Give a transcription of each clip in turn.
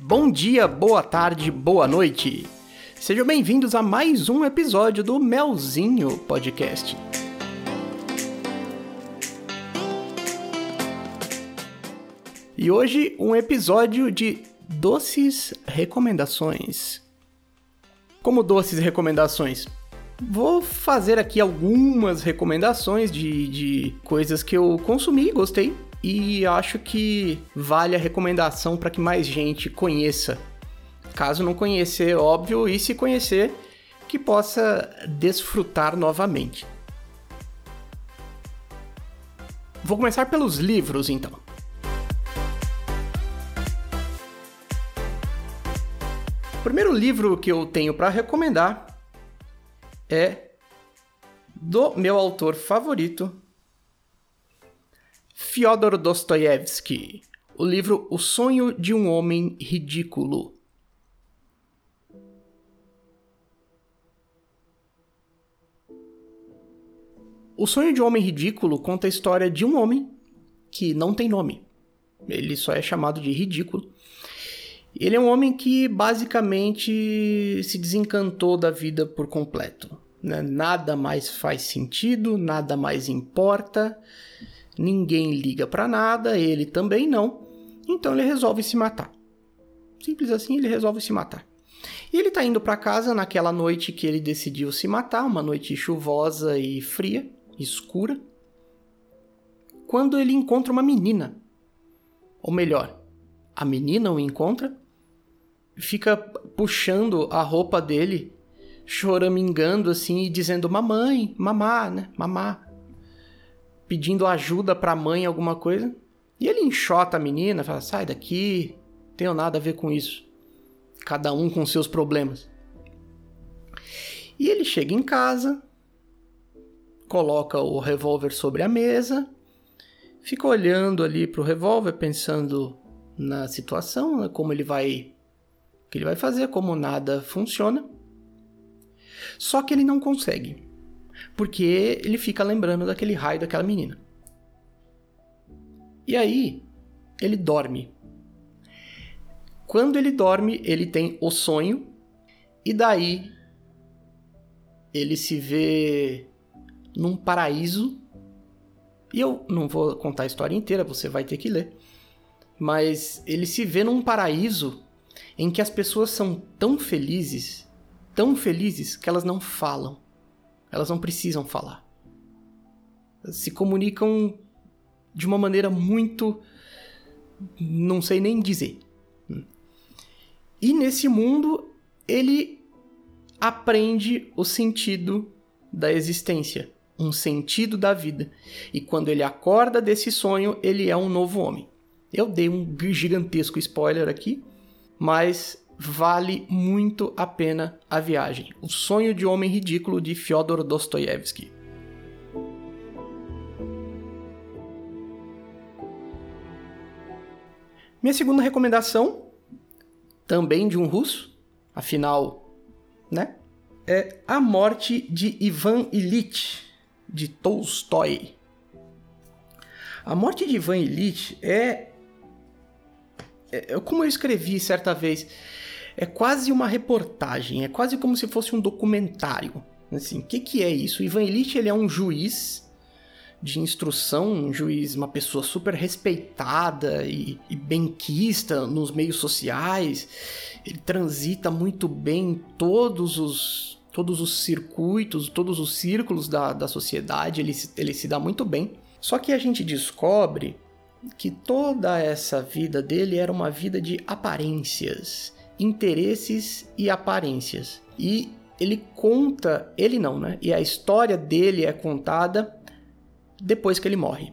Bom dia, boa tarde, boa noite. Sejam bem-vindos a mais um episódio do Melzinho Podcast. E hoje um episódio de doces recomendações. Como doces recomendações? Vou fazer aqui algumas recomendações de coisas que eu consumi e gostei. E acho que vale a recomendação para que mais gente conheça. Caso não conhecer, óbvio, e se conhecer, que possa desfrutar novamente. Vou começar pelos livros, então. O primeiro livro que eu tenho para recomendar é do meu autor favorito, Fyodor Dostoiévski, o livro O Sonho de um Homem Ridículo. O Sonho de um Homem Ridículo conta a história de um homem que não tem nome. Ele só é chamado de ridículo. Ele é um homem que basicamente se desencantou da vida por completo, né? Nada mais faz sentido, nada mais importa, ninguém liga pra nada, ele também não. Então ele resolve se matar. Simples assim, ele resolve se matar. E ele tá indo pra casa naquela noite que ele decidiu se matar, uma noite chuvosa e fria, escura, quando ele encontra uma menina. Ou melhor, a menina o encontra, fica puxando a roupa dele, choramingando assim e dizendo mamãe, mamá, né? Mamá. Pedindo ajuda pra mãe, alguma coisa. E ele enxota a menina, fala, sai daqui, não tenho nada a ver com isso. Cada um com seus problemas. E ele chega em casa, coloca o revólver sobre a mesa, fica olhando ali pro revólver, pensando na situação, né, como ele vai... o que ele vai fazer, como nada funciona. Só que ele não consegue, porque ele fica lembrando daquele raio daquela menina. E aí, ele dorme. Quando ele dorme, ele tem o sonho, e daí ele se vê num paraíso. E eu não vou contar a história inteira, você vai ter que ler. Mas ele se vê num paraíso em que as pessoas são tão felizes que elas não falam. Elas não precisam falar. Elas se comunicam de uma maneira muito... não sei nem dizer. E nesse mundo, ele aprende o sentido da existência. Um sentido da vida. E quando ele acorda desse sonho, ele é um novo homem. Eu dei um gigantesco spoiler aqui, mas vale muito a pena a viagem. O Sonho de um Homem Ridículo, de Fyodor Dostoiévski. Minha segunda recomendação, também de um russo, afinal, né? É A Morte de Ivan Ilitch, de Tolstói. A Morte de Ivan Ilitch como eu escrevi certa vez, é quase uma reportagem, é quase como se fosse um documentário. Assim, o que é isso? Ivan Ilitch, ele é um juiz de instrução, um juiz, uma pessoa super respeitada e benquista nos meios sociais. Ele transita muito bem em todos os circuitos, todos os círculos da sociedade, ele se dá muito bem. Só que a gente descobre que toda essa vida dele era uma vida de aparências, interesses e aparências. E ele conta, ele não, né? E a história dele é contada depois que ele morre.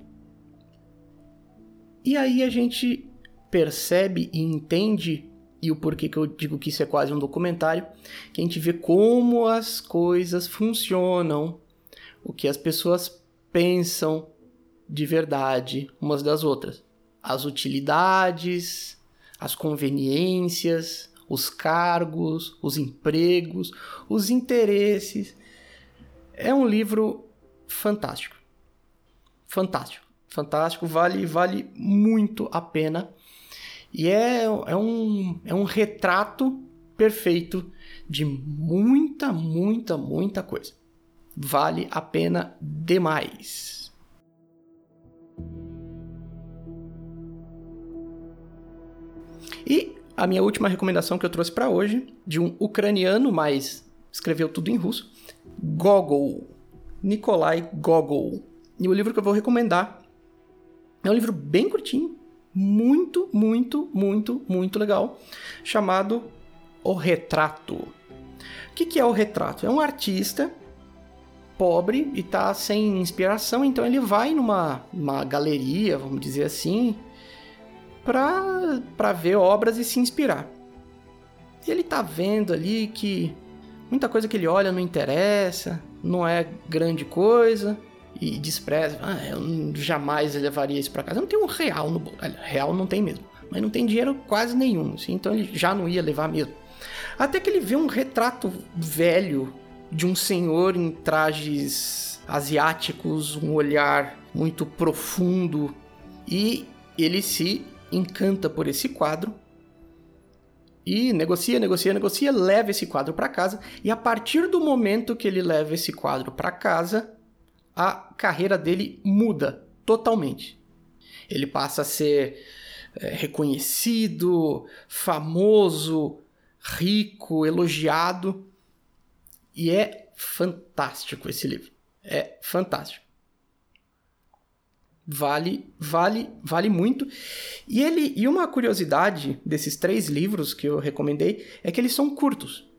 E aí a gente percebe e entende, e o porquê que eu digo que isso é quase um documentário, que a gente vê como as coisas funcionam, o que as pessoas pensam de verdade umas das outras. As utilidades, as conveniências, os cargos, os empregos, os interesses. É um livro fantástico. Fantástico. Fantástico, vale muito a pena. E é um retrato perfeito de muita, muita, muita coisa. Vale a pena demais. E a minha última recomendação que eu trouxe para hoje, de um ucraniano, mas escreveu tudo em russo, Gogol, Nikolai Gogol. E o livro que eu vou recomendar é um livro bem curtinho, muito, muito, muito, muito legal, chamado O Retrato. O que é O Retrato? É um artista pobre e tá sem inspiração, então ele vai numa galeria, vamos dizer assim, para ver obras e se inspirar. E ele tá vendo ali que muita coisa que ele olha não interessa, não é grande coisa, e despreza. Eu jamais levaria isso para casa. Não tem R$1 no bolso. Real não tem mesmo, mas não tem dinheiro quase nenhum, assim, então ele já não ia levar mesmo. Até que ele vê um retrato velho de um senhor em trajes asiáticos, um olhar muito profundo, e ele se encanta por esse quadro e negocia, leva esse quadro para casa, e a partir do momento que ele leva esse quadro para casa, a carreira dele muda totalmente. Ele passa a ser reconhecido, famoso, rico, elogiado, e é fantástico esse livro. É fantástico. Vale muito. E uma curiosidade desses 3 livros que eu recomendei é que eles são curtos.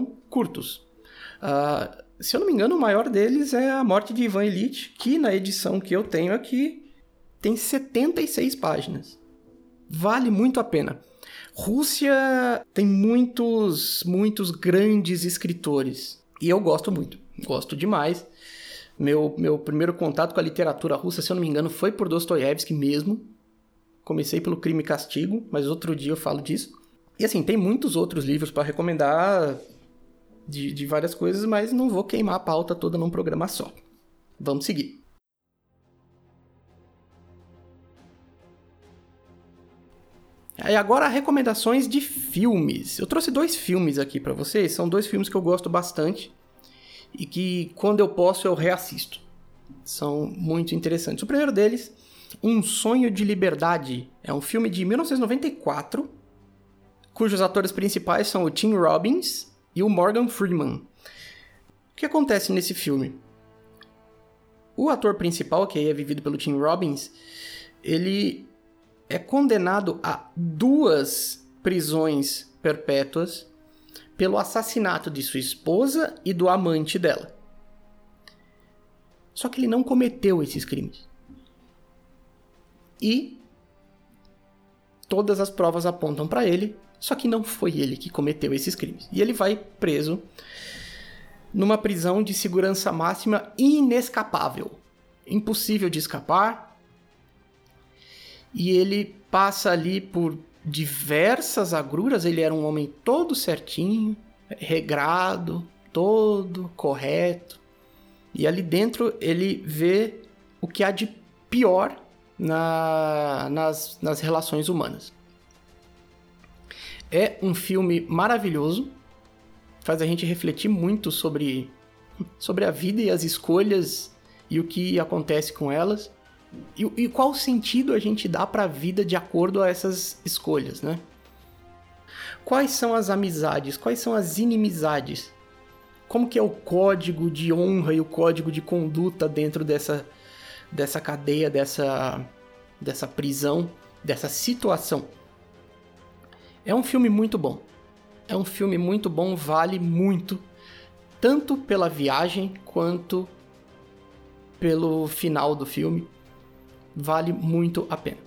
Se eu não me engano, o maior deles é A Morte de Ivan Ilitch, que na edição que eu tenho aqui tem 76 páginas. Vale muito a pena. Rússia tem muitos grandes escritores. E eu gosto muito. Gosto demais. Meu primeiro contato com a literatura russa, se eu não me engano, foi por Dostoiévski mesmo. Comecei pelo Crime e Castigo, mas outro dia eu falo disso. E assim, tem muitos outros livros para recomendar de várias coisas, mas não vou queimar a pauta toda num programa só. Vamos seguir. E agora, recomendações de filmes. Eu trouxe 2 filmes aqui para vocês. São 2 filmes que eu gosto bastante e que, quando eu posso, eu reassisto. São muito interessantes. O primeiro deles, Um Sonho de Liberdade. É um filme de 1994, cujos atores principais são o Tim Robbins e o Morgan Freeman. O que acontece nesse filme? O ator principal, que aí é vivido pelo Tim Robbins, ele é condenado a 2 prisões perpétuas pelo assassinato de sua esposa e do amante dela. Só que ele não cometeu esses crimes. E todas as provas apontam para ele, só que não foi ele que cometeu esses crimes. E ele vai preso numa prisão de segurança máxima inescapável. Impossível de escapar. E ele passa ali por diversas agruras. Ele era um homem todo certinho, regrado, todo correto. E ali dentro ele vê o que há de pior nas relações humanas. É um filme maravilhoso. Faz a gente refletir muito sobre a vida e as escolhas e o que acontece com elas. E qual sentido a gente dá para a vida de acordo a essas escolhas, né? Quais são as amizades? Quais são as inimizades? Como que é o código de honra e o código de conduta dentro dessa cadeia, dessa prisão, dessa situação? É um filme muito bom. É um filme muito bom, vale muito, tanto pela viagem quanto pelo final do filme. Vale muito a pena.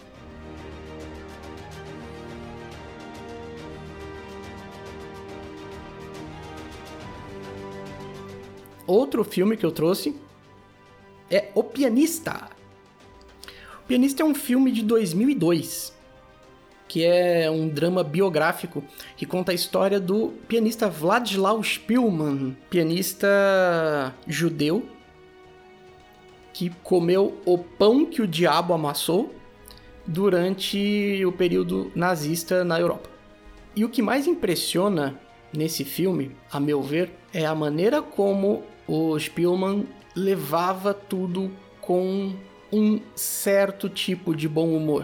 Outro filme que eu trouxe é O Pianista. O Pianista é um filme de 2002, que é um drama biográfico que conta a história do pianista Władysław Szpilman, pianista judeu que comeu o pão que o diabo amassou, durante o período nazista na Europa. E o que mais impressiona nesse filme, a meu ver, é a maneira como o Spielman levava tudo com um certo tipo de bom humor.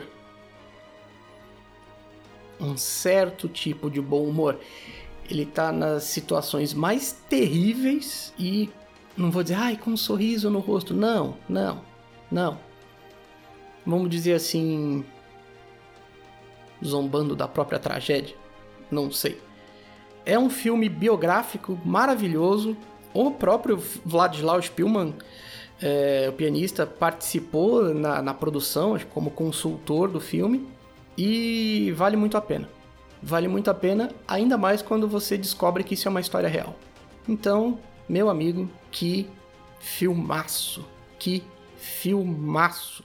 Um certo tipo de bom humor. Ele tá nas situações mais terríveis e não vou dizer, com um sorriso no rosto. Não. Vamos dizer assim, zombando da própria tragédia. Não sei. É um filme biográfico maravilhoso. O próprio Władysław Spielman, o pianista, participou na produção como consultor do filme e vale muito a pena. Vale muito a pena, ainda mais quando você descobre que isso é uma história real. Então, meu amigo, que filmaço! Que filmaço!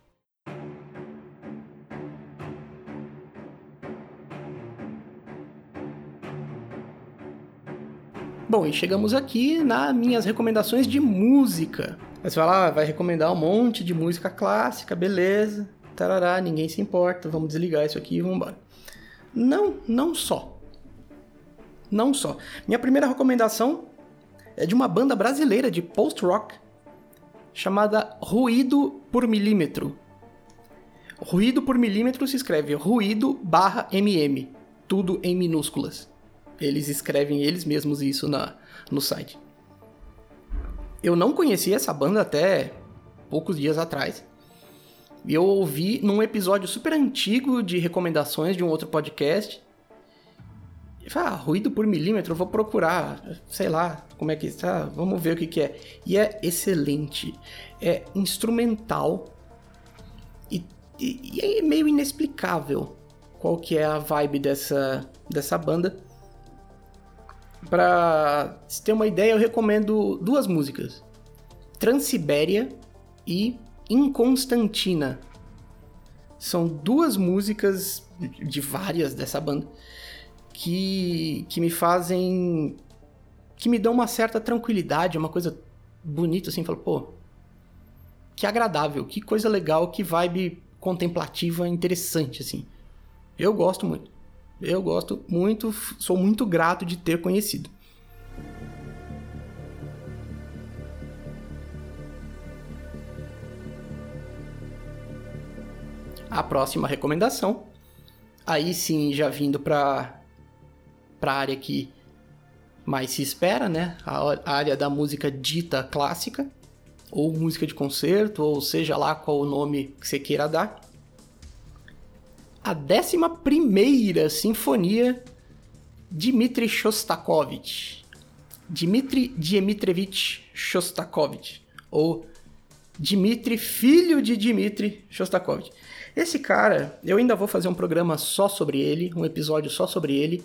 Bom, e chegamos aqui nas minhas recomendações de música. Aí você fala, vai recomendar um monte de música clássica, beleza, tarará, ninguém se importa, vamos desligar isso aqui e vamos embora. Não só. Minha primeira recomendação é de uma banda brasileira de post-rock chamada Ruído por Milímetro. Ruído por Milímetro se escreve ruído/mm, tudo em minúsculas. Eles escrevem eles mesmos isso no site. Eu não conhecia essa banda até poucos dias atrás. E eu ouvi num episódio super antigo de recomendações de um outro podcast. E falei, ruído por milímetro, eu vou procurar, sei lá como é que está, vamos ver o que é. E é excelente, é instrumental e é meio inexplicável qual que é a vibe dessa banda. Pra se ter uma ideia, eu recomendo 2 músicas. Transibéria e Inconstantina. São 2 músicas de várias dessa banda que me fazem... que me dão uma certa tranquilidade, uma coisa bonita assim. Falo, pô, que agradável, que coisa legal, que vibe contemplativa interessante assim. Eu gosto muito, sou muito grato de ter conhecido. A próxima recomendação, aí sim já vindo para a área que mais se espera, né? A área da música dita clássica, ou música de concerto, ou seja lá qual o nome que você queira dar. A 11ª Sinfonia Dmitri Shostakovich. Dmitri Dmitrievich Shostakovich. Ou Dmitri, filho de Dmitri Shostakovich. Esse cara, eu ainda vou fazer um programa só sobre ele, um episódio só sobre ele,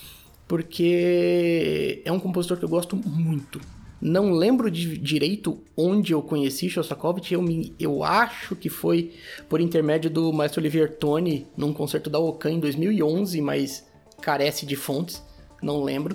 porque é um compositor que eu gosto muito. Não lembro direito onde eu conheci Shostakovich, eu acho que foi por intermédio do maestro Olivier Toni, num concerto da Ocan em 2011, mas carece de fontes, não lembro.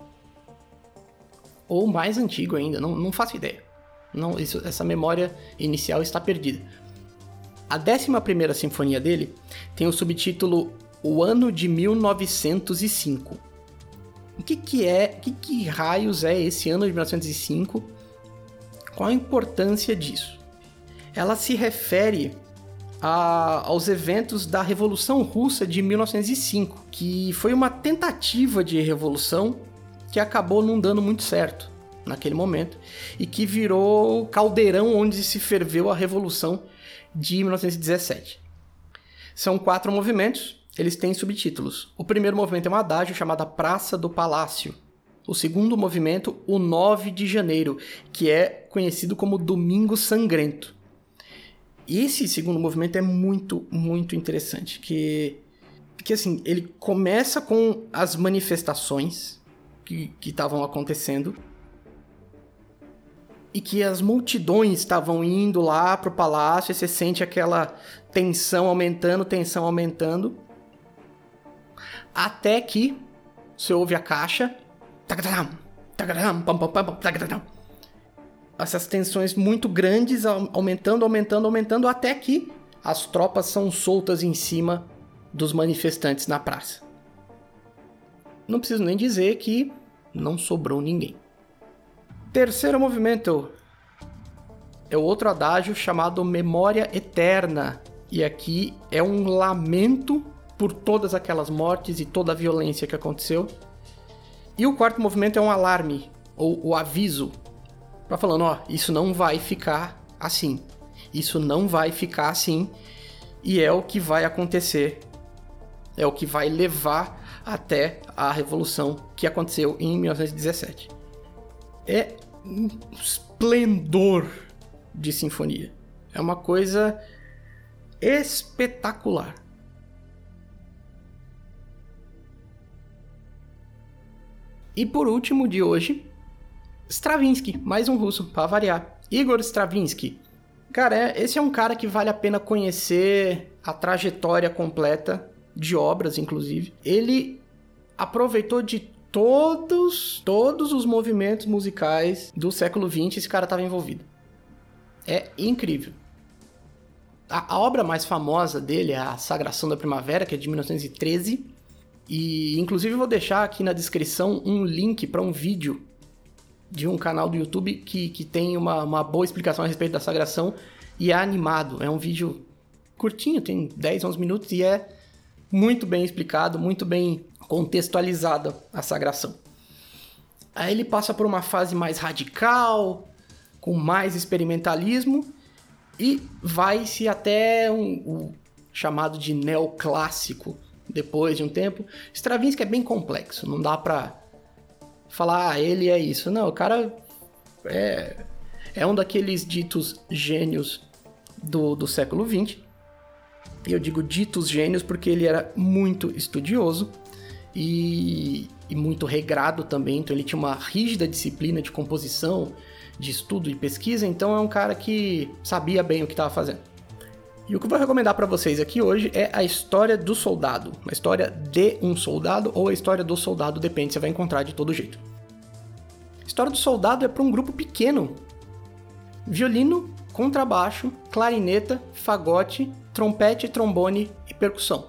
Ou mais antigo ainda, não faço ideia. Essa memória inicial está perdida. A 11ª Sinfonia dele tem o subtítulo O Ano de 1905. O que raios é esse ano de 1905? Qual a importância disso? Ela se refere aos eventos da Revolução Russa de 1905, que foi uma tentativa de revolução que acabou não dando muito certo naquele momento e que virou o caldeirão onde se ferveu a Revolução de 1917. São 4 movimentos. Eles têm subtítulos. O primeiro movimento é um adágio chamado Praça do Palácio. O segundo movimento, o 9 de janeiro, que é conhecido como Domingo Sangrento. Esse segundo movimento é muito, muito interessante, que assim, ele começa com as manifestações que estavam acontecendo e que as multidões estavam indo lá pro palácio e você sente aquela tensão aumentando, até que você ouve a caixa, essas tensões muito grandes aumentando, até que as tropas são soltas em cima dos manifestantes na praça. Não preciso nem dizer que não sobrou ninguém. Terceiro movimento é o outro adágio chamado Memória Eterna. E aqui é um lamento por todas aquelas mortes e toda a violência que aconteceu. E o quarto movimento é um alarme, ou o aviso, para falando, ó, isso não vai ficar assim. Isso não vai ficar assim e é o que vai acontecer. É o que vai levar até a revolução que aconteceu em 1917. É um esplendor de sinfonia. É uma coisa espetacular. E por último de hoje, Stravinsky, mais um russo, para variar. Igor Stravinsky. Cara, esse é um cara que vale a pena conhecer a trajetória completa de obras, inclusive. Ele aproveitou de todos os movimentos musicais do século XX, esse cara estava envolvido. É incrível. A obra mais famosa dele é a Sagração da Primavera, que é de 1913. E, inclusive, eu vou deixar aqui na descrição um link para um vídeo de um canal do YouTube que tem uma boa explicação a respeito da Sagração e é animado. É um vídeo curtinho, tem 10, 11 minutos e é muito bem explicado, muito bem contextualizada a Sagração. Aí ele passa por uma fase mais radical, com mais experimentalismo e vai-se até o chamado de neoclássico depois de um tempo. Stravinsky é bem complexo, não dá pra falar, ele é isso. Não, o cara é um daqueles ditos gênios do século XX. E eu digo ditos gênios porque ele era muito estudioso e muito regrado também. Então ele tinha uma rígida disciplina de composição, de estudo e pesquisa. Então é um cara que sabia bem o que estava fazendo. E o que eu vou recomendar para vocês aqui hoje é a história do soldado. A história de um soldado ou a história do soldado, depende, você vai encontrar de todo jeito. A história do soldado é para um grupo pequeno. Violino, contrabaixo, clarineta, fagote, trompete, trombone e percussão.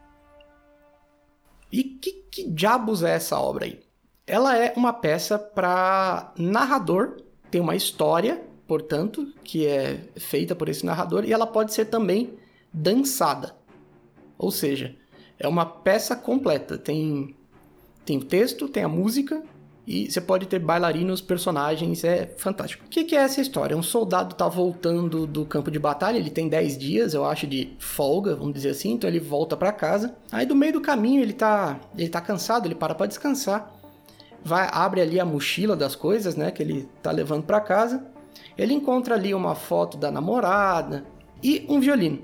E que diabos é essa obra aí? Ela é uma peça para narrador, tem uma história, portanto, que é feita por esse narrador, e ela pode ser também dançada. Ou seja, é uma peça completa. Tem o texto, tem a música, e você pode ter bailarinos, personagens, é fantástico. O que é essa história? Um soldado está voltando do campo de batalha, ele tem 10 dias, eu acho, de folga, vamos dizer assim, então ele volta para casa. Aí do meio do caminho ele tá cansado, ele para descansar, abre ali a mochila das coisas, né, que ele tá levando para casa. Ele encontra ali uma foto da namorada e um violino.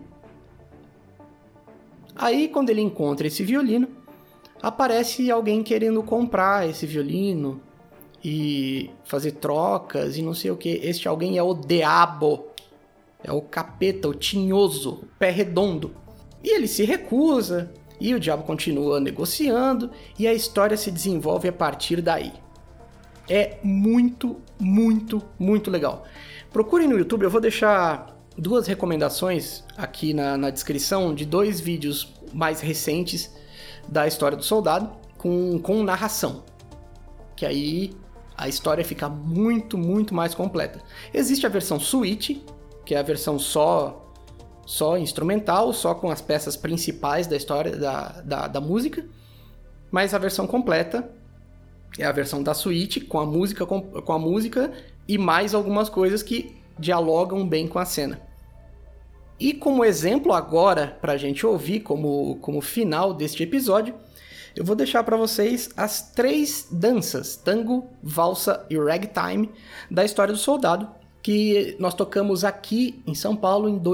Aí quando ele encontra esse violino, aparece alguém querendo comprar esse violino e fazer trocas e não sei o que. Este alguém é o diabo, é o capeta, o tinhoso, o pé redondo. E ele se recusa e o diabo continua negociando e a história se desenvolve a partir daí. É muito, muito, muito legal. Procurem no YouTube, eu vou deixar 2 recomendações aqui na descrição de 2 vídeos mais recentes da história do soldado com narração, que aí a história fica muito, muito mais completa. Existe a versão suíte, que é a versão só instrumental, só com as peças principais da história da música, mas a versão completa é a versão da suíte com a música e mais algumas coisas que dialogam bem com a cena. E como exemplo agora, para a gente ouvir como final deste episódio, eu vou deixar para vocês as 3 danças, tango, valsa e ragtime, da história do soldado, que nós tocamos aqui em São Paulo em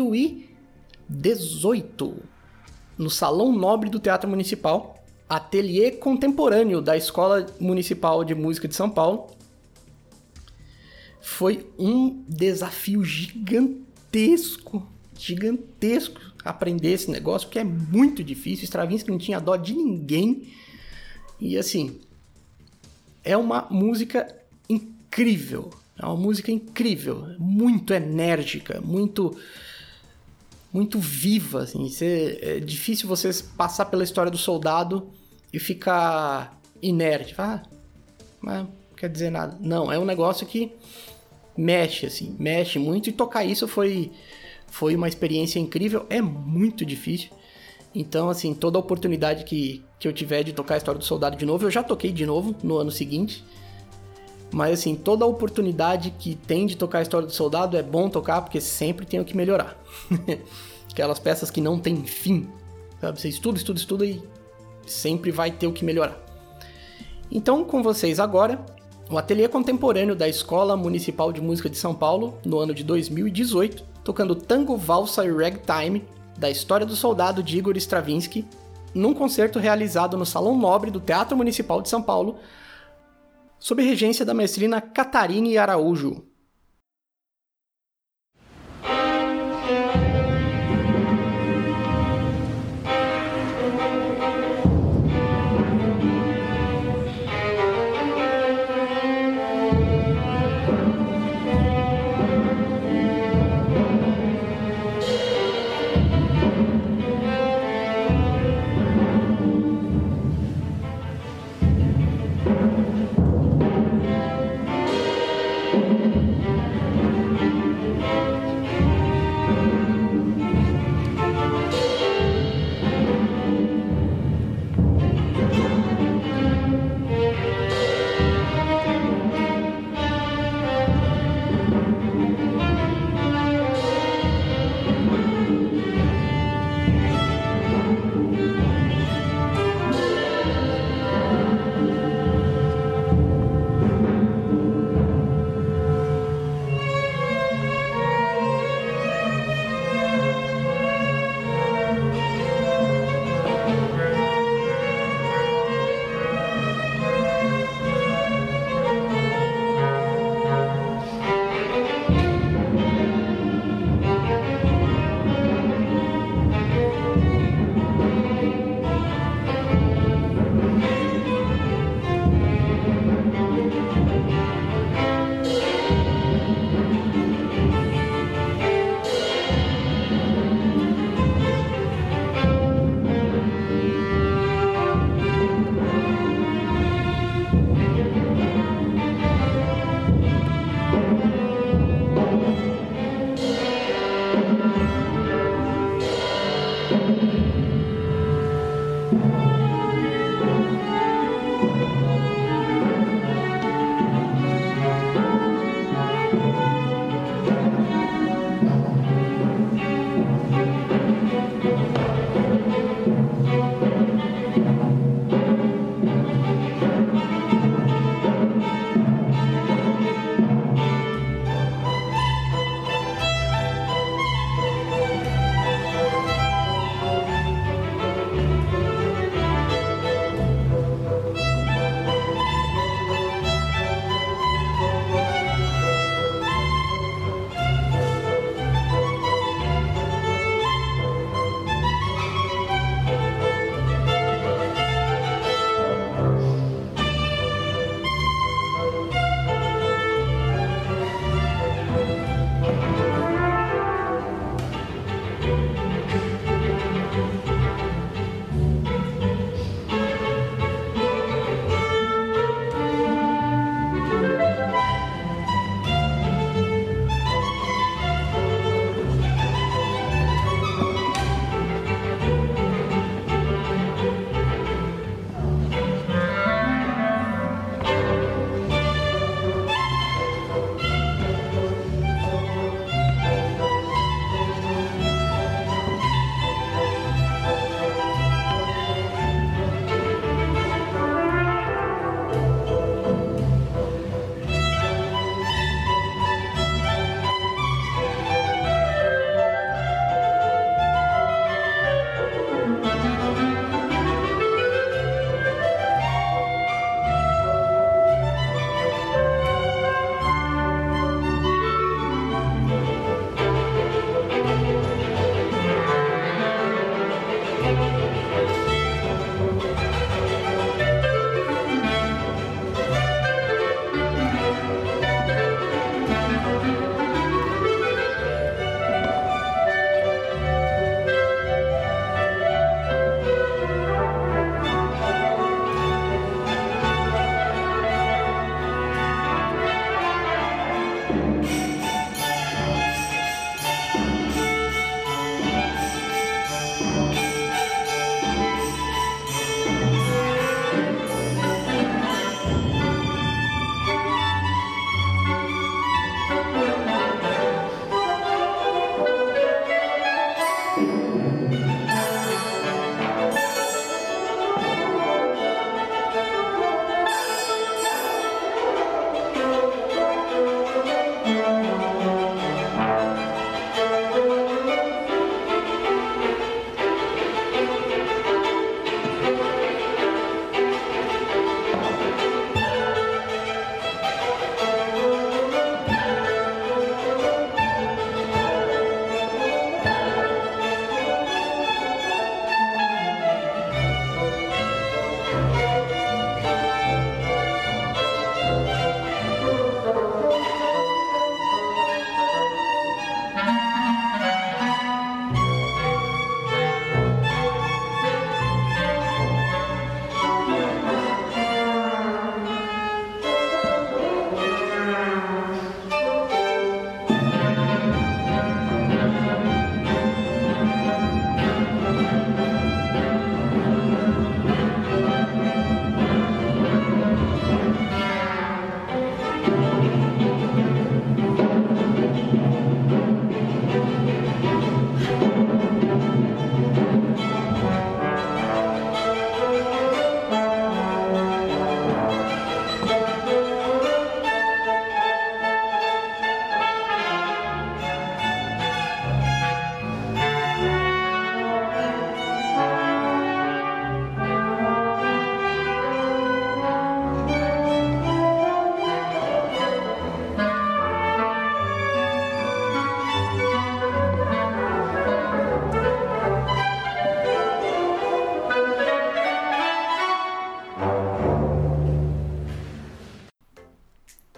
2018, no Salão Nobre do Teatro Municipal, ateliê contemporâneo da Escola Municipal de Música de São Paulo. Foi um desafio gigantesco aprender esse negócio, porque é muito difícil. Stravinsky não tinha dó de ninguém. E assim, é uma música incrível. É uma música incrível, muito enérgica, muito muito viva, assim. É difícil você passar pela história do soldado e ficar inerte. Mas não quer dizer nada. Não, é um negócio que mexe, assim, mexe muito. E tocar isso foi uma experiência incrível. É muito difícil. Então, assim, toda oportunidade que eu tiver de tocar a história do soldado de novo, eu já toquei de novo no ano seguinte. Mas, assim, toda oportunidade que tem de tocar a história do soldado é bom tocar, porque sempre tem o que melhorar. Aquelas peças que não tem fim, sabe? Você estuda e sempre vai ter o que melhorar. Então, com vocês agora, o Ateliê Contemporâneo da Escola Municipal de Música de São Paulo, no ano de 2018, tocando tango, valsa e ragtime da História do Soldado de Igor Stravinsky, num concerto realizado no Salão Nobre do Teatro Municipal de São Paulo, sob regência da maestrina Catarine Araújo.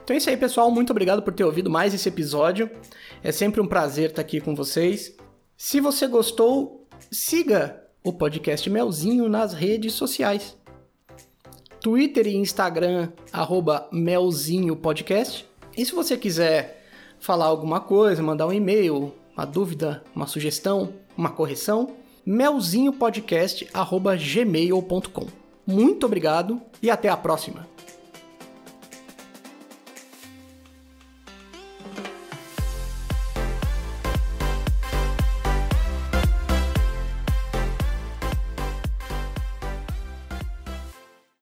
Então é isso aí, pessoal. Muito obrigado por ter ouvido mais esse episódio. É sempre um prazer estar aqui com vocês. Se você gostou, siga o podcast Melzinho nas redes sociais. Twitter e Instagram, @melzinhopodcast. E se você quiser falar alguma coisa, mandar um e-mail, uma dúvida, uma sugestão, uma correção, melzinhopodcast@gmail.com. Muito obrigado e até a próxima!